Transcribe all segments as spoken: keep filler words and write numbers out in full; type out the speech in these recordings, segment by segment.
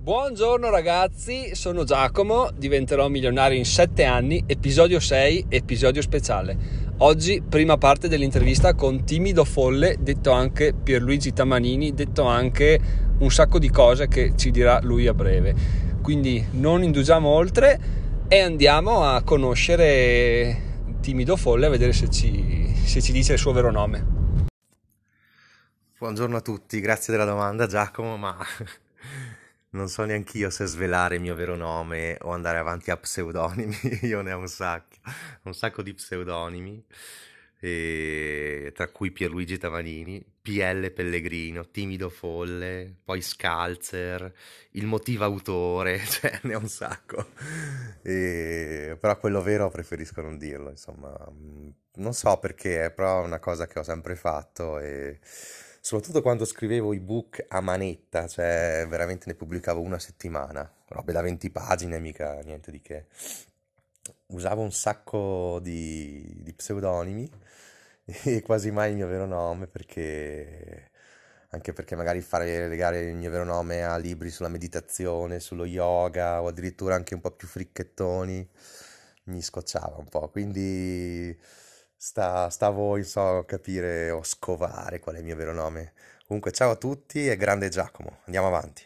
Buongiorno ragazzi, sono Giacomo, diventerò milionario in sette anni, episodio sei, episodio speciale. Oggi prima parte dell'intervista con Timido Folle, detto anche Pierluigi Tamanini, detto anche un sacco di cose che ci dirà lui a breve. Quindi non indugiamo oltre e andiamo a conoscere Timido Folle, a vedere se ci, se ci dice il suo vero nome. Buongiorno a tutti, grazie della domanda Giacomo, ma non so neanch'io se svelare il mio vero nome o andare avanti a pseudonimi. Io ne ho un sacco, un sacco di pseudonimi, e- tra cui Pierluigi Tavanini, P L Pellegrino, Timido Folle, poi Scalzer, il motivautore, cioè ne ho un sacco. E- Però quello vero preferisco non dirlo, insomma. Mm, Non so perché, è però una cosa che ho sempre fatto e soprattutto quando scrivevo i book a manetta, cioè veramente ne pubblicavo una a settimana, robe da venti pagine, mica niente di che. Usavo un sacco di, di pseudonimi e quasi mai il mio vero nome perché anche perché magari fare legare il mio vero nome a libri sulla meditazione, sullo yoga o addirittura anche un po' più fricchettoni mi scocciava un po', quindi sta, stavo insomma a capire o scovare qual è il mio vero nome. Comunque ciao a tutti e grande Giacomo, andiamo avanti.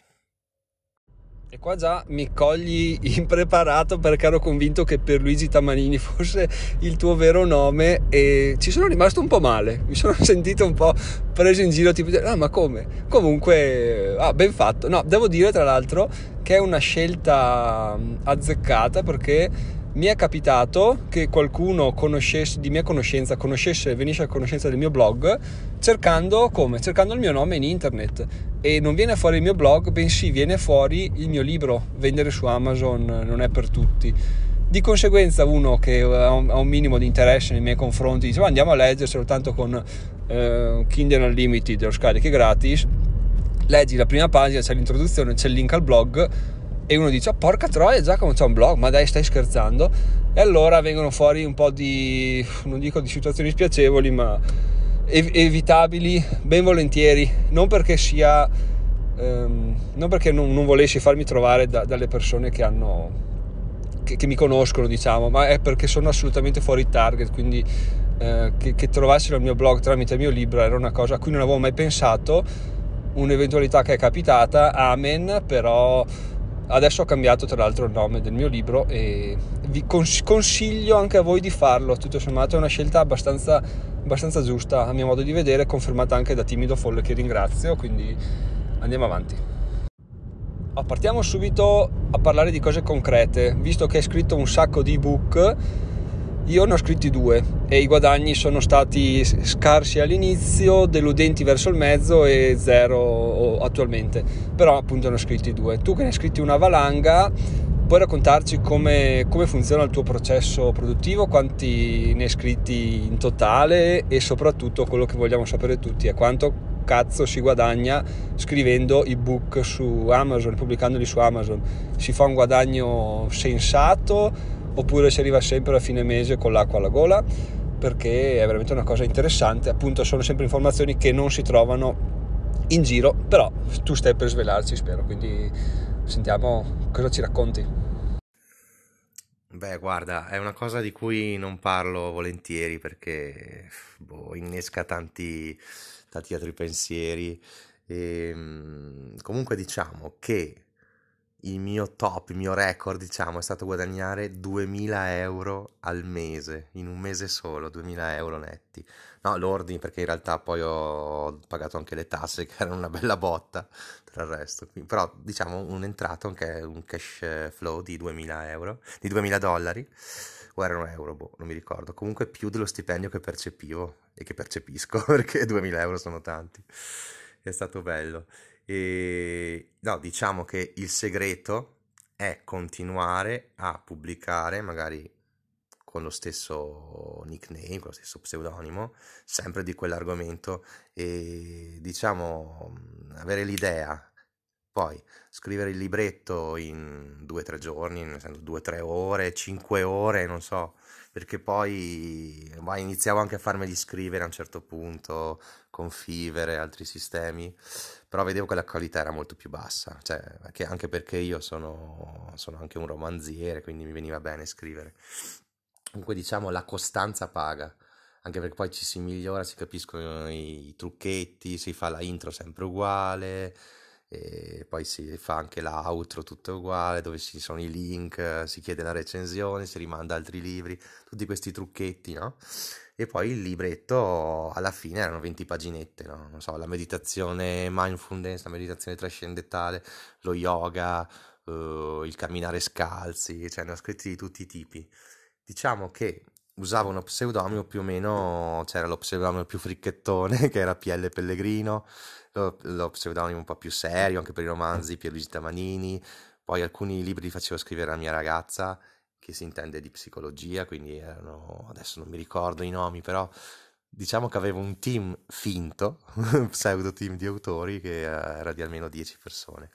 E qua già mi cogli impreparato perché ero convinto che Pierluigi Tamanini fosse il tuo vero nome e ci sono rimasto un po' male, mi sono sentito un po' preso in giro, tipo, ah ma come? Comunque, ah, ben fatto. No, devo dire tra l'altro che è una scelta mh, azzeccata perché mi è capitato che qualcuno conoscesse, di mia conoscenza, conoscesse, venisse a conoscenza del mio blog cercando come? Cercando il mio nome in internet e non viene fuori il mio blog, bensì viene fuori il mio libro. Vendere su Amazon non è per tutti. Di conseguenza uno che ha un, ha un minimo di interesse nei miei confronti dice: "Ma andiamo a leggerselo, tanto con eh, Kindle Unlimited lo scarichi gratis". Leggi la prima pagina, c'è l'introduzione, c'è il link al blog e uno dice: "Oh, porca troia, Giacomo c'è un blog, ma dai, stai scherzando?". E allora vengono fuori un po' di, non dico di situazioni spiacevoli, ma ev- evitabili, ben volentieri, non perché sia ehm, non perché non, non volessi farmi trovare da- dalle persone che hanno che, che mi conoscono, diciamo, ma è perché sono assolutamente fuori target, quindi eh, che, che trovassero il mio blog tramite il mio libro era una cosa a cui non avevo mai pensato, un'eventualità che è capitata, amen. Però adesso ho cambiato tra l'altro il nome del mio libro e vi cons- consiglio anche a voi di farlo. Tutto sommato è una scelta abbastanza, abbastanza giusta a mio modo di vedere, confermata anche da Timido Folle, che ringrazio, quindi andiamo avanti. Oh, partiamo subito a parlare di cose concrete. Visto che hai scritto un sacco di ebook, io ne ho scritti due e i guadagni sono stati scarsi all'inizio, deludenti verso il mezzo e zero attualmente. Però appunto ne ho scritti due. Tu che ne hai scritti una valanga, puoi raccontarci come, come funziona il tuo processo produttivo, quanti ne hai scritti in totale e soprattutto quello che vogliamo sapere tutti è quanto cazzo si guadagna scrivendo ebook su Amazon, pubblicandoli su Amazon. Si fa un guadagno sensato oppure si arriva sempre a fine mese con l'acqua alla gola? Perché è veramente una cosa interessante. Appunto, sono sempre informazioni che non si trovano in giro, però tu stai per svelarci, spero, quindi sentiamo cosa ci racconti. Beh, guarda, è una cosa di cui non parlo volentieri perché boh, innesca tanti, tanti altri pensieri. E, mm, comunque diciamo che il mio top, il mio record, diciamo, è stato guadagnare duemila euro al mese, in un mese solo, duemila euro netti. No, lordi, perché in realtà poi ho pagato anche le tasse, che erano una bella botta, tra il resto. Quindi- Però, diciamo, un'entrata, anche un cash flow di duemila euro, di duemila dollari, o erano euro, boh, non mi ricordo. Comunque più dello stipendio che percepivo e che percepisco, perché duemila euro sono tanti. È stato bello. E no, diciamo che il segreto è continuare a pubblicare, magari con lo stesso nickname, con lo stesso pseudonimo, sempre di quell'argomento e diciamo mh, avere l'idea, Poi scrivere il libretto in due o tre giorni, nel senso due o tre ore, cinque ore, non so, perché poi vai, iniziavo anche a farmeli scrivere a un certo punto con Fiverr e altri sistemi, però vedevo che la qualità era molto più bassa, cioè che- anche perché io sono, sono anche un romanziere, quindi mi veniva bene scrivere. Comunque diciamo la costanza paga, anche perché poi ci si migliora, si capiscono i trucchetti, si fa la intro sempre uguale, e poi si fa anche l'outro tutto uguale, dove ci sono i link, eh, si chiede la recensione, si rimanda altri libri, tutti questi trucchetti, no? E poi il libretto alla fine erano venti paginette, no? Non so, la meditazione mindfulness, la meditazione trascendentale, lo yoga, eh, il camminare scalzi, cioè ne ho scritti di tutti i tipi. Diciamo che usavo uno pseudonimo più o meno, c'era lo pseudonimo più fricchettone che era P L Pellegrino, lo, lo pseudonimo un po' più serio anche per i romanzi Pierluigi Tamanini, poi alcuni libri li facevo scrivere alla mia ragazza che si intende di psicologia, quindi erano, adesso non mi ricordo i nomi, però diciamo che avevo un team finto, un pseudo team di autori che eh, era di almeno dieci persone.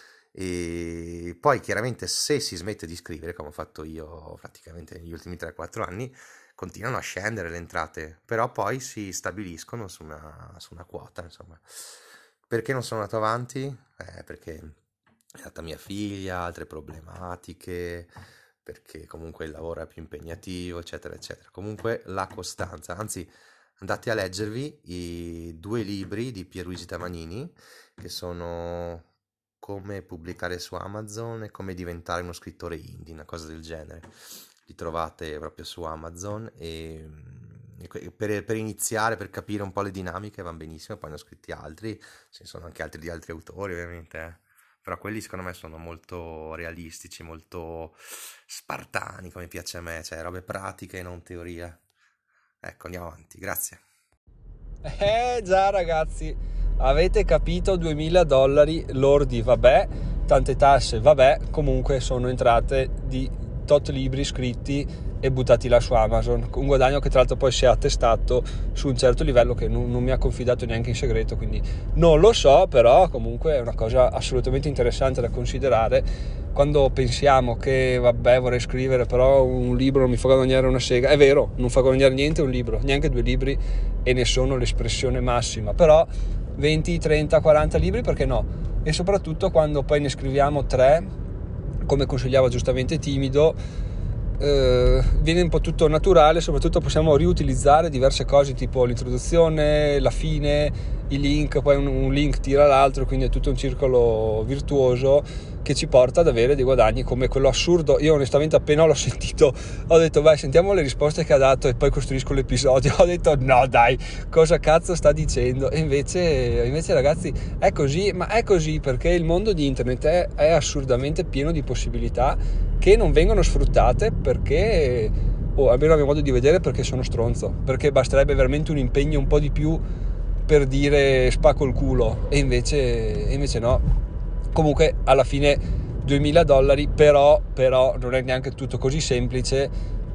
E poi chiaramente se si smette di scrivere, come ho fatto io praticamente negli ultimi tre quattro anni, continuano a scendere le entrate, però poi si stabiliscono su una, su una quota, insomma. Perché non sono andato avanti? Eh, perché è nata mia figlia, altre problematiche, perché comunque il lavoro è più impegnativo, eccetera, eccetera. Comunque la costanza, anzi andate a leggervi i due libri di Pierluigi Tamanini, che sono Come pubblicare su Amazon e Come diventare uno scrittore indie, una cosa del genere. Li trovate proprio su Amazon e, e que- per, per iniziare, per capire un po' le dinamiche van benissimo, poi ne ho scritti altri, ce ne sono anche altri di altri autori ovviamente, eh. Però quelli secondo me sono molto realistici, molto spartani, come piace a me, cioè robe pratiche e non teoria. Ecco, andiamo avanti, grazie. Eh già ragazzi, avete capito, duemila dollari lordi, vabbè, tante tasse, vabbè, comunque sono entrate di tot libri scritti e buttati là su Amazon, un guadagno che tra l'altro poi si è attestato su un certo livello che non, non mi ha confidato neanche in segreto, quindi non lo so, però comunque è una cosa assolutamente interessante da considerare quando pensiamo che vabbè vorrei scrivere però un libro non mi fa guadagnare una sega. È vero, non fa guadagnare niente un libro, neanche due libri, e ne sono l'espressione massima, però venti, trenta, quaranta libri perché no? E soprattutto quando poi ne scriviamo tre, come consigliava giustamente Timido, eh, viene un po' tutto naturale, soprattutto possiamo riutilizzare diverse cose tipo l'introduzione, la fine, i link, poi un, un link tira l'altro, quindi è tutto un circolo virtuoso che ci porta ad avere dei guadagni come quello assurdo. Io onestamente appena l'ho sentito ho detto vai, sentiamo le risposte che ha dato e poi costruisco l'episodio. Ho detto no dai, cosa cazzo sta dicendo? E invece, invece ragazzi è così, ma è così perché il mondo di internet è, è assurdamente pieno di possibilità che non vengono sfruttate perché, o almeno a mio modo di vedere, perché sono stronzo, perché basterebbe veramente un impegno un po' di più per dire spacco il culo, e invece, e invece no. Comunque alla fine duemila dollari, però, però non è neanche tutto così semplice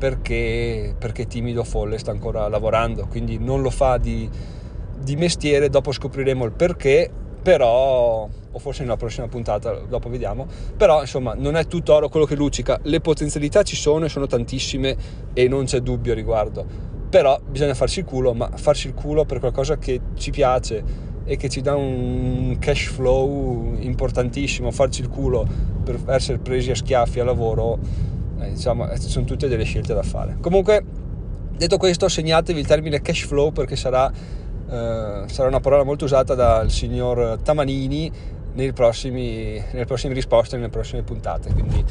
perché, perché Timido Folle sta ancora lavorando, quindi non lo fa di, di mestiere. Dopo scopriremo il perché, però, o forse nella prossima puntata, dopo vediamo. Però insomma non è tutto oro quello che luccica, le potenzialità ci sono e sono tantissime e non c'è dubbio a riguardo, però bisogna farsi il culo, ma farsi il culo per qualcosa che ci piace e che ci dà un cash flow importantissimo, farci il culo per essere presi a schiaffi al lavoro, eh, diciamo, sono tutte delle scelte da fare. Comunque, detto questo, segnatevi il termine cash flow perché sarà, eh, sarà una parola molto usata dal signor Tamanini nei prossimi, nelle prossime risposte, nelle prossime puntate, quindi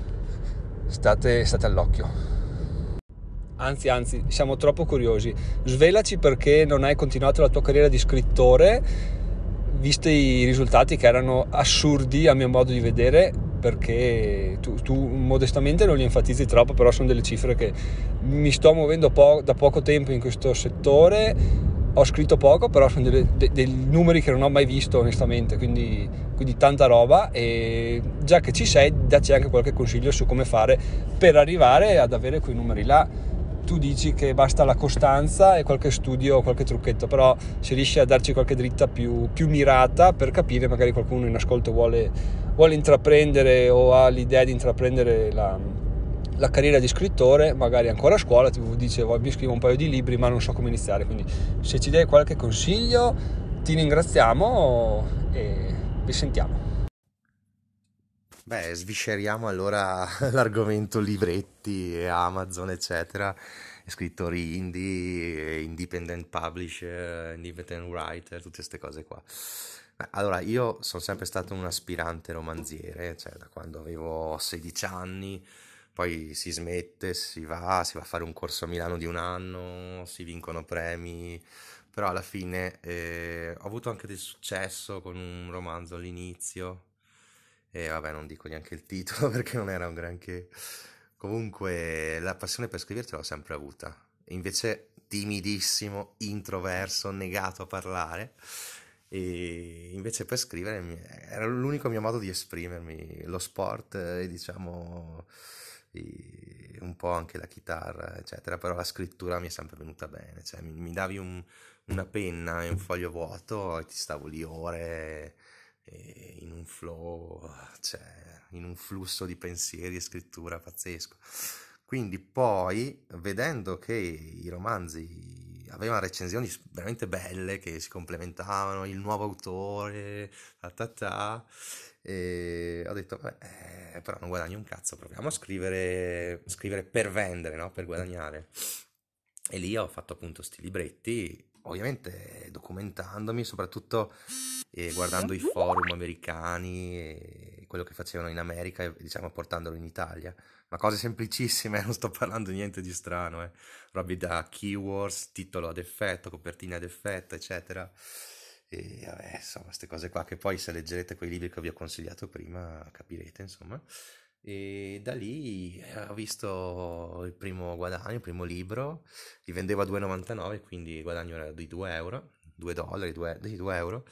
state, state all'occhio. Anzi, anzi, siamo troppo curiosi. Svelaci perché non hai continuato la tua carriera di scrittore, visti i risultati che erano assurdi a mio modo di vedere, perché tu, tu modestamente non li enfatizzi troppo, però sono delle cifre che mi sto muovendo po- da poco tempo in questo settore, ho scritto poco, però sono delle, de- dei numeri che non ho mai visto onestamente, quindi, quindi tanta roba, e già che ci sei, dacci anche qualche consiglio su come fare per arrivare ad avere quei numeri là. tu dici che basta la costanza e qualche studio, qualche trucchetto, però se riesci a darci qualche dritta più, più mirata per capire, magari qualcuno in ascolto vuole, vuole intraprendere o ha l'idea di intraprendere la, la carriera di scrittore, magari ancora a scuola, ti dice mi scrivo un paio di libri ma non so come iniziare, quindi se ci dai qualche consiglio ti ringraziamo e vi sentiamo. Beh, svisceriamo allora l'argomento libretti e Amazon, eccetera, e scrittori indie, independent publisher, independent writer, tutte queste cose qua. Beh, allora, io sono sempre stato un aspirante romanziere, cioè da quando avevo sedici anni, poi si smette, si va, si va a fare un corso a Milano di un anno, si vincono premi, però alla fine eh, ho avuto anche del successo con un romanzo all'inizio. E vabbè, non dico neanche il titolo perché non era un granché. Comunque la passione per scrivere ce l'ho sempre avuta. Invece timidissimo, introverso, negato a parlare. E invece per scrivere era l'unico mio modo di esprimermi. Lo sport e diciamo e un po' anche la chitarra, eccetera. Però la scrittura mi è sempre venuta bene. Cioè mi, mi davi un, una penna e un foglio vuoto e ti stavo lì ore... in un flow, cioè in un flusso di pensieri e scrittura pazzesco. Quindi poi, vedendo che i romanzi avevano recensioni veramente belle che si complementavano, il nuovo autore, ta ta ta, e ho detto beh, eh, però non guadagno un cazzo, proviamo a scrivere, scrivere per vendere, no? Per guadagnare. E lì ho fatto appunto sti libretti, ovviamente documentandomi, soprattutto eh, guardando i forum americani e quello che facevano in America e diciamo portandolo in Italia. Ma cose semplicissime, non sto parlando di niente di strano, eh. Robe da keywords, titolo ad effetto, copertina ad effetto, eccetera. E vabbè, insomma, queste cose qua che poi se leggerete quei libri che vi ho consigliato prima capirete, insomma. E da lì ho visto il primo guadagno, il primo libro, li vendevo a due e novantanove, quindi il guadagno era di due euro, due dollari, due, di due euro,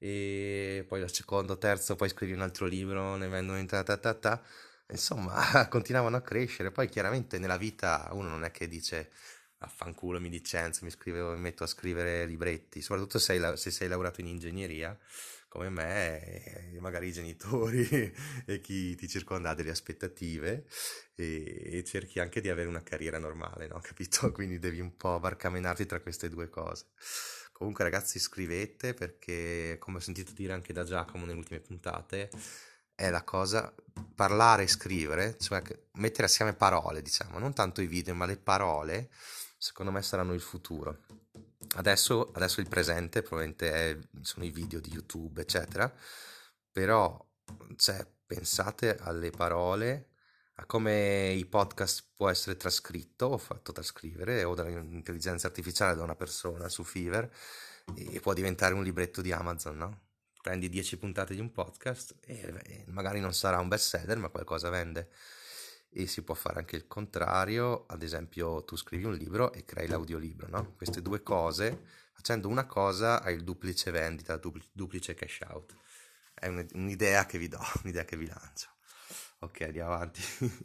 e poi il secondo, terzo, poi scrivi un altro libro, ne vendono in ta ta ta ta, insomma continuavano a crescere. Poi chiaramente nella vita uno non è che dice affanculo, mi licenzio, mi scrivo, mi metto a scrivere libretti, soprattutto se, sei, se sei laureato in ingegneria come me, e magari i genitori e chi ti circonda ha delle aspettative e, e cerchi anche di avere una carriera normale, no? Capito? Quindi devi un po' barcamenarti tra queste due cose. Comunque ragazzi, scrivete, perché come ho sentito dire anche da Giacomo nelle ultime puntate, è la cosa, parlare e scrivere, cioè mettere assieme parole, diciamo, non tanto i video, ma le parole, secondo me saranno il futuro. Adesso, adesso il presente probabilmente è, sono i video di YouTube, eccetera, però cioè, pensate alle parole, a come i podcast può essere trascritto o fatto trascrivere o dall'intelligenza artificiale da una persona su Fiverr e può diventare un libretto di Amazon, no? Prendi dieci puntate di un podcast e, e magari non sarà un best seller, ma qualcosa vende. E si può fare anche il contrario, ad esempio tu scrivi un libro e crei l'audiolibro, no? Queste due cose, facendo una cosa hai il duplice vendita, dupl- duplice cash out. È un- un'idea che vi do, un'idea che vi lancio. Ok, andiamo avanti.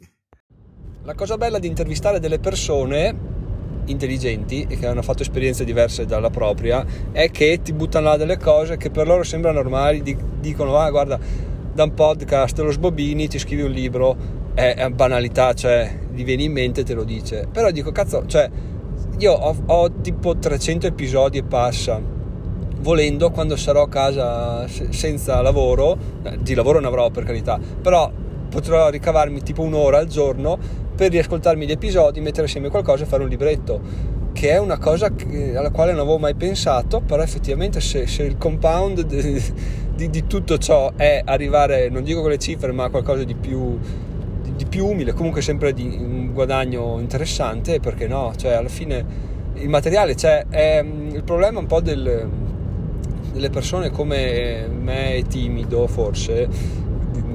La cosa bella di intervistare delle persone intelligenti e che hanno fatto esperienze diverse dalla propria è che ti buttano là delle cose che per loro sembrano normali, dicono ah guarda, da un podcast lo sbobini, ti scrivi un libro, è, è banalità, cioè gli viene in mente e te lo dice, però dico cazzo, cioè io ho, ho tipo trecento episodi e passa, volendo quando sarò a casa senza lavoro, di lavoro ne avrò per carità, però potrò ricavarmi tipo un'ora al giorno per riascoltarmi gli episodi, mettere assieme qualcosa e fare un libretto, che è una cosa che, alla quale non avevo mai pensato, però effettivamente se, se il compound di, di, di tutto ciò è arrivare, non dico con le cifre, ma a qualcosa di più, di, di più umile, comunque sempre di un guadagno interessante, perché no? Cioè alla fine il materiale c'è, è, il problema un po' del, delle persone come me, timido forse,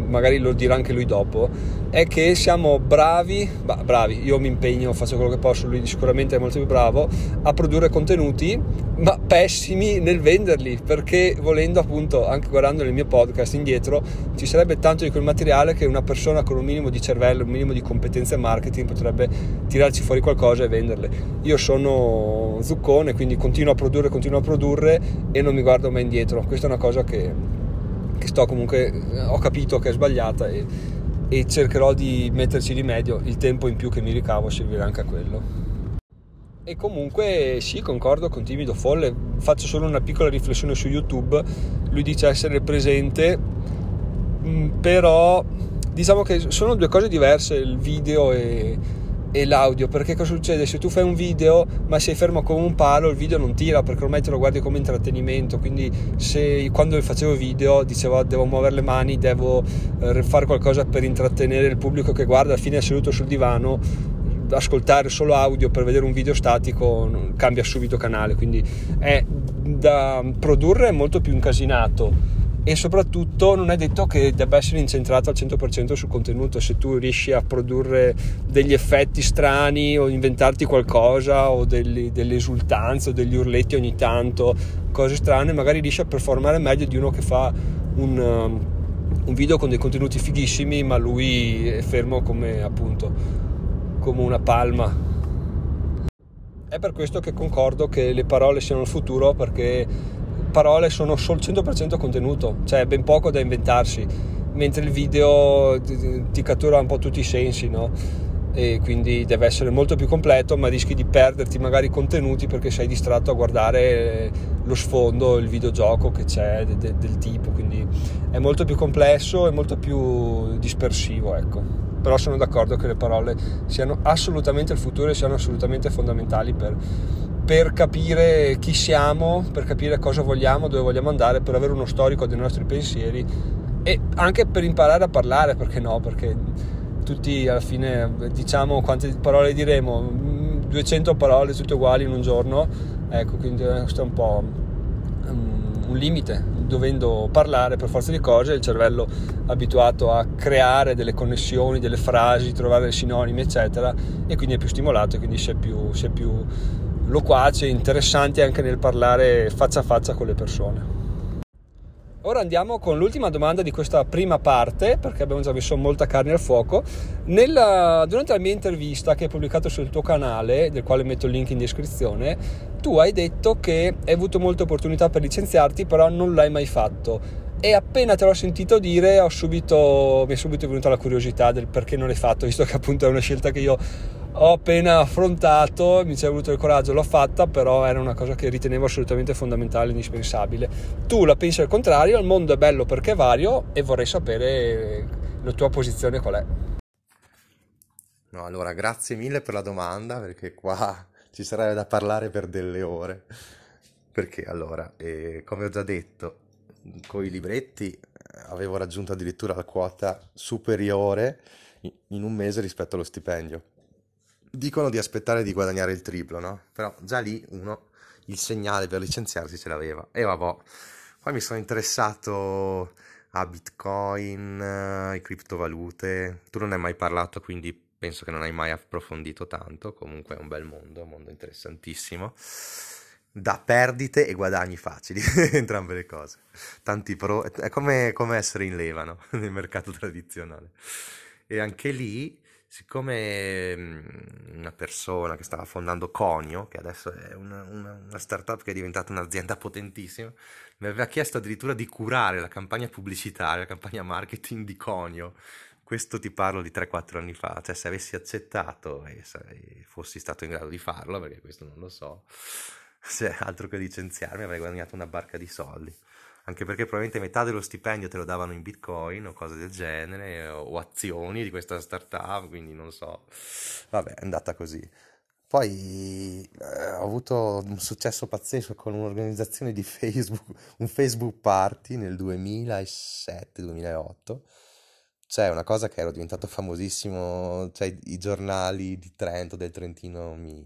magari lo dirà anche lui dopo, è che siamo bravi, bah, bravi, io mi impegno, faccio quello che posso, lui sicuramente è molto più bravo a produrre contenuti, ma pessimi nel venderli, perché volendo, appunto, anche guardando il mio podcast indietro, ci sarebbe tanto di quel materiale che una persona con un minimo di cervello, un minimo di competenze marketing potrebbe tirarci fuori qualcosa e venderle. Io sono zuccone, quindi continuo a produrre, continuo a produrre e non mi guardo mai indietro. Questa è una cosa che, che sto comunque, ho capito che è sbagliata, e, e cercherò di metterci rimedio. Il tempo in più che mi ricavo servirà anche a quello. E comunque sì, concordo con Timido Folle, faccio solo una piccola riflessione su YouTube. Lui dice essere presente, però diciamo che sono due cose diverse, il video e, e l'audio, perché cosa succede? Se tu fai un video ma sei fermo come un palo, il video non tira, perché ormai te lo guardi come intrattenimento. Quindi se quando facevo video dicevo devo muovere le mani, devo eh, fare qualcosa per intrattenere il pubblico che guarda, alla fine è seduto sul divano, ascoltare solo audio per vedere un video statico cambia subito canale, quindi è da produrre molto più incasinato, e soprattutto non è detto che debba essere incentrato al cento per cento sul contenuto. Se tu riesci a produrre degli effetti strani o inventarti qualcosa o delle, delle esultanze o degli urletti ogni tanto, cose strane, magari riesci a performare meglio di uno che fa un, un video con dei contenuti fighissimi ma lui è fermo come, appunto, come una palma. È per questo che concordo che le parole siano il futuro, perché parole sono solo cento per cento contenuto, cioè ben poco da inventarsi, mentre il video ti cattura un po' tutti i sensi, no? E quindi deve essere molto più completo, ma rischi di perderti magari contenuti perché sei distratto a guardare lo sfondo, il videogioco che c'è de- de- del tipo, quindi è molto più complesso e molto più dispersivo, ecco. Però sono d'accordo che le parole siano assolutamente il futuro e siano assolutamente fondamentali per, per capire chi siamo, per capire cosa vogliamo, dove vogliamo andare, per avere uno storico dei nostri pensieri e anche per imparare a parlare, perché no? Perché tutti alla fine diciamo quante parole diremo, duecento parole tutte uguali in un giorno, ecco, quindi questo è un po' un limite. Dovendo parlare per forza di cose, il cervello abituato a creare delle connessioni, delle frasi, trovare sinonimi eccetera, e quindi è più stimolato e quindi si è più, si è più loquace, interessante anche nel parlare faccia a faccia con le persone. Ora andiamo con l'ultima domanda di questa prima parte, perché abbiamo già messo molta carne al fuoco. Nella, durante la mia intervista che hai pubblicato sul tuo canale, del quale metto il link in descrizione, tu hai detto che hai avuto molte opportunità per licenziarti, però non l'hai mai fatto. E appena te l'ho sentito dire, ho subito, mi è subito venuta la curiosità del perché non l'hai fatto, visto che appunto è una scelta che io ho appena affrontato, mi ci è voluto il coraggio, l'ho fatta, però era una cosa che ritenevo assolutamente fondamentale, indispensabile. Tu la pensi al contrario, il mondo è bello perché è vario, e vorrei sapere la tua posizione qual è. No, allora, grazie mille per la domanda, perché qua ci sarebbe da parlare per delle ore. Perché allora, eh, come ho già detto, con i libretti eh, avevo raggiunto addirittura la quota superiore in in un mese rispetto allo stipendio. Dicono di aspettare di guadagnare il triplo, no? Però già lì uno il segnale per licenziarsi ce l'aveva. E vabbè, poi mi sono interessato a Bitcoin, eh, ai criptovalute. Tu non ne hai mai parlato, quindi penso che non hai mai approfondito tanto. Comunque è un bel mondo, un mondo interessantissimo. Da perdite e guadagni facili, entrambe le cose. Tanti pro, è come, come essere in leva, no? Nel mercato tradizionale. E anche lì, siccome mm, una persona che stava fondando Conio, che adesso è una, una, una startup che è diventata un'azienda potentissima, mi aveva chiesto addirittura di curare la campagna pubblicitaria, la campagna marketing di Conio. Questo ti parlo di tre quattro anni fa, cioè se avessi accettato e se fossi stato in grado di farlo, perché questo non lo so, se altro che licenziarmi avrei guadagnato una barca di soldi. Anche perché probabilmente metà dello stipendio te lo davano in Bitcoin o cose del genere, o azioni di questa startup, quindi non so. Vabbè, è andata così. Poi eh, ho avuto un successo pazzesco con un'organizzazione di Facebook, un Facebook Party nel duemilasette-duemilaotto. Cioè, una cosa che ero diventato famosissimo, cioè i giornali di Trento, del Trentino mi,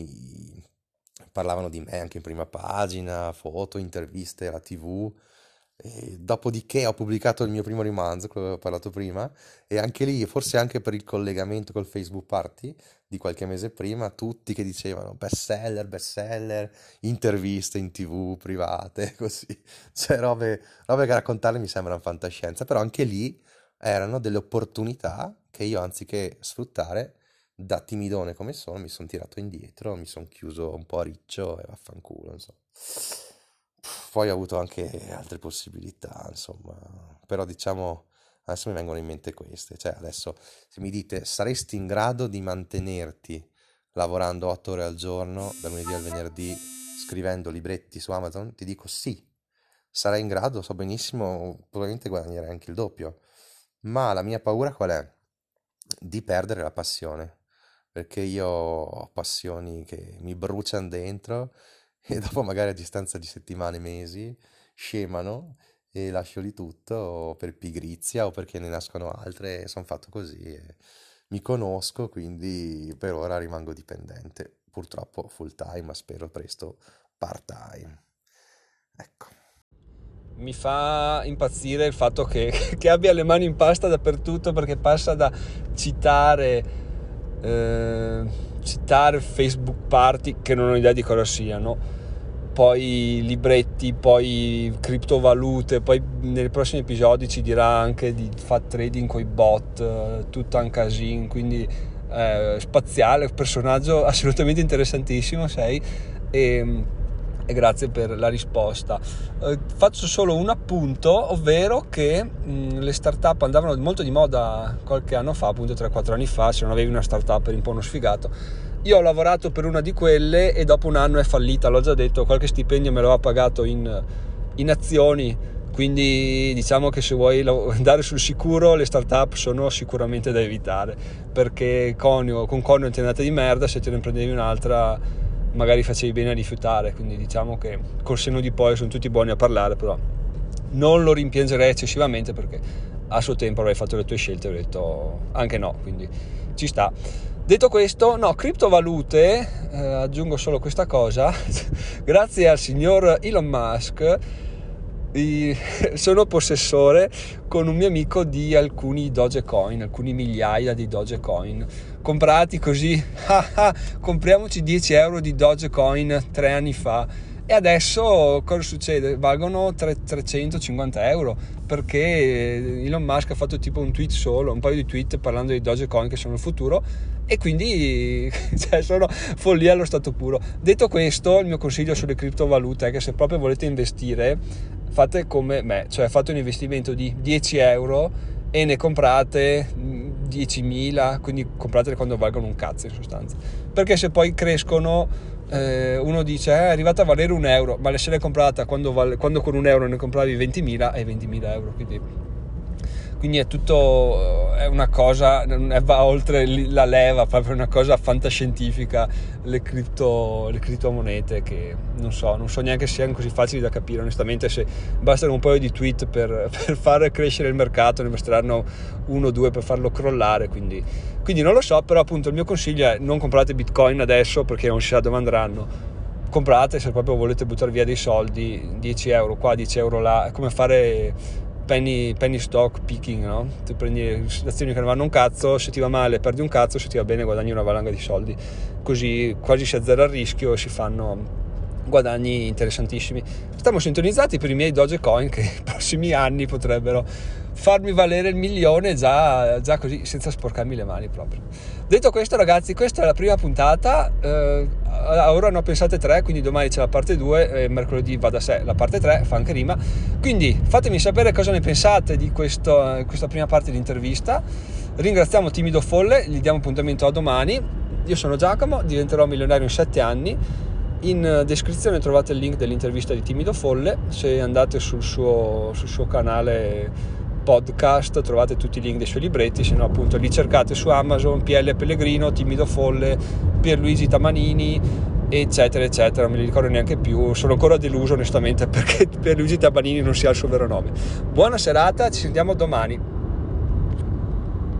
mi parlavano di me anche in prima pagina, foto, interviste alla T V. E dopodiché ho pubblicato il mio primo romanzo, quello che ho parlato prima, e anche lì, forse anche per il collegamento col Facebook Party di qualche mese prima, tutti che dicevano bestseller, bestseller, interviste in T V private, così, cioè robe, robe che raccontarle mi sembrano fantascienza, però anche lì erano delle opportunità che io, anziché sfruttare, da timidone come sono, mi sono tirato indietro, mi sono chiuso un po' a riccio e vaffanculo, insomma. Poi ho avuto anche altre possibilità, insomma, però diciamo, adesso mi vengono in mente queste, cioè adesso se mi dite saresti in grado di mantenerti lavorando otto ore al giorno, dal lunedì al venerdì, scrivendo libretti su Amazon, ti dico sì, sarei in grado, so benissimo, probabilmente guadagnerei anche il doppio, ma la mia paura qual è? Di perdere la passione, perché io ho passioni che mi bruciano dentro e dopo magari a distanza di settimane, mesi, scemano e lascio lì tutto per pigrizia o perché ne nascono altre, sono fatto così e mi conosco, quindi per ora rimango dipendente, purtroppo full time, ma spero presto part time. Ecco. Mi fa impazzire il fatto che, che abbia le mani in pasta dappertutto, perché passa da citare eh, citare Facebook Party, che non ho idea di cosa siano, poi libretti, poi criptovalute, poi nei prossimi episodi ci dirà anche di fat trading coi bot, eh, tutto un casino, quindi eh, spaziale, personaggio assolutamente interessantissimo sei, e e grazie per la risposta. Eh, faccio solo un appunto, ovvero che mh, le startup andavano molto di moda qualche anno fa, appunto tre quattro anni fa. Se non avevi una startup eri un po' uno sfigato. Io ho lavorato per una di quelle e dopo un anno è fallita, l'ho già detto, qualche stipendio me l'aveva pagato in, in azioni, quindi diciamo che se vuoi andare sul sicuro le startup sono sicuramente da evitare, perché conio, con conio ti è andata di merda, se te ne prendevi un'altra magari facevi bene a rifiutare, quindi diciamo che col senno di poi sono tutti buoni a parlare, però non lo rimpiangerei eccessivamente perché a suo tempo avrei fatto le tue scelte e ho detto anche no, quindi ci sta. Detto questo, no, criptovalute, eh, aggiungo solo questa cosa, grazie al signor Elon Musk sono possessore con un mio amico di alcuni Dogecoin, alcuni migliaia di Dogecoin comprati così, compriamoci dieci euro di Dogecoin tre anni fa e adesso cosa succede? Valgono trecentocinquanta euro perché Elon Musk ha fatto tipo un tweet solo, un paio di tweet parlando di Dogecoin che sono il futuro e quindi cioè, sono follia allo stato puro. Detto questo, il mio consiglio sulle criptovalute è che se proprio volete investire fate come me, cioè fate un investimento di dieci euro e ne comprate diecimila, quindi compratele quando valgono un cazzo in sostanza, perché se poi crescono eh, uno dice eh, è arrivata a valere un euro, ma se l'hai comprata quando, vale, quando con un euro ne compravi ventimila è ventimila euro, quindi quindi è tutto, è una cosa, va oltre la leva, proprio una cosa fantascientifica, le cripto, le criptomonete che non so, non so neanche se siano così facili da capire onestamente, se bastano un paio di tweet per, per far crescere il mercato, ne basteranno uno o due per farlo crollare, quindi, quindi non lo so, però appunto il mio consiglio è non comprate bitcoin adesso perché non si sa dove andranno, comprate se proprio volete buttare via dei soldi, dieci euro qua, dieci euro là, è come fare penny, penny stock picking, no? Tu prendi azioni che non vanno un cazzo, se ti va male perdi un cazzo, se ti va bene guadagni una valanga di soldi, così quasi si azzera il rischio e si fanno guadagni interessantissimi. Stiamo sintonizzati per i miei Dogecoin che nei prossimi anni potrebbero farmi valere il milione già, già così senza sporcarmi le mani proprio. Detto questo ragazzi, questa è la prima puntata, eh, ora ne ho pensate tre, quindi domani c'è la parte due e mercoledì va da sé la parte tre, fa anche rima, quindi fatemi sapere cosa ne pensate di questo, questa prima parte di intervista. Ringraziamo Timido Folle, gli diamo appuntamento a domani. Io sono Giacomo, diventerò milionario in sette anni. In descrizione trovate il link dell'intervista di Timido Folle, se andate sul suo, sul suo canale podcast trovate tutti i link dei suoi libretti, se no appunto li cercate su Amazon, P L Pellegrino, Timido Folle, Pierluigi Tamanini eccetera eccetera, non me li ricordo neanche più, sono ancora deluso onestamente perché Pierluigi Tamanini non sia il suo vero nome. Buona serata, ci sentiamo domani.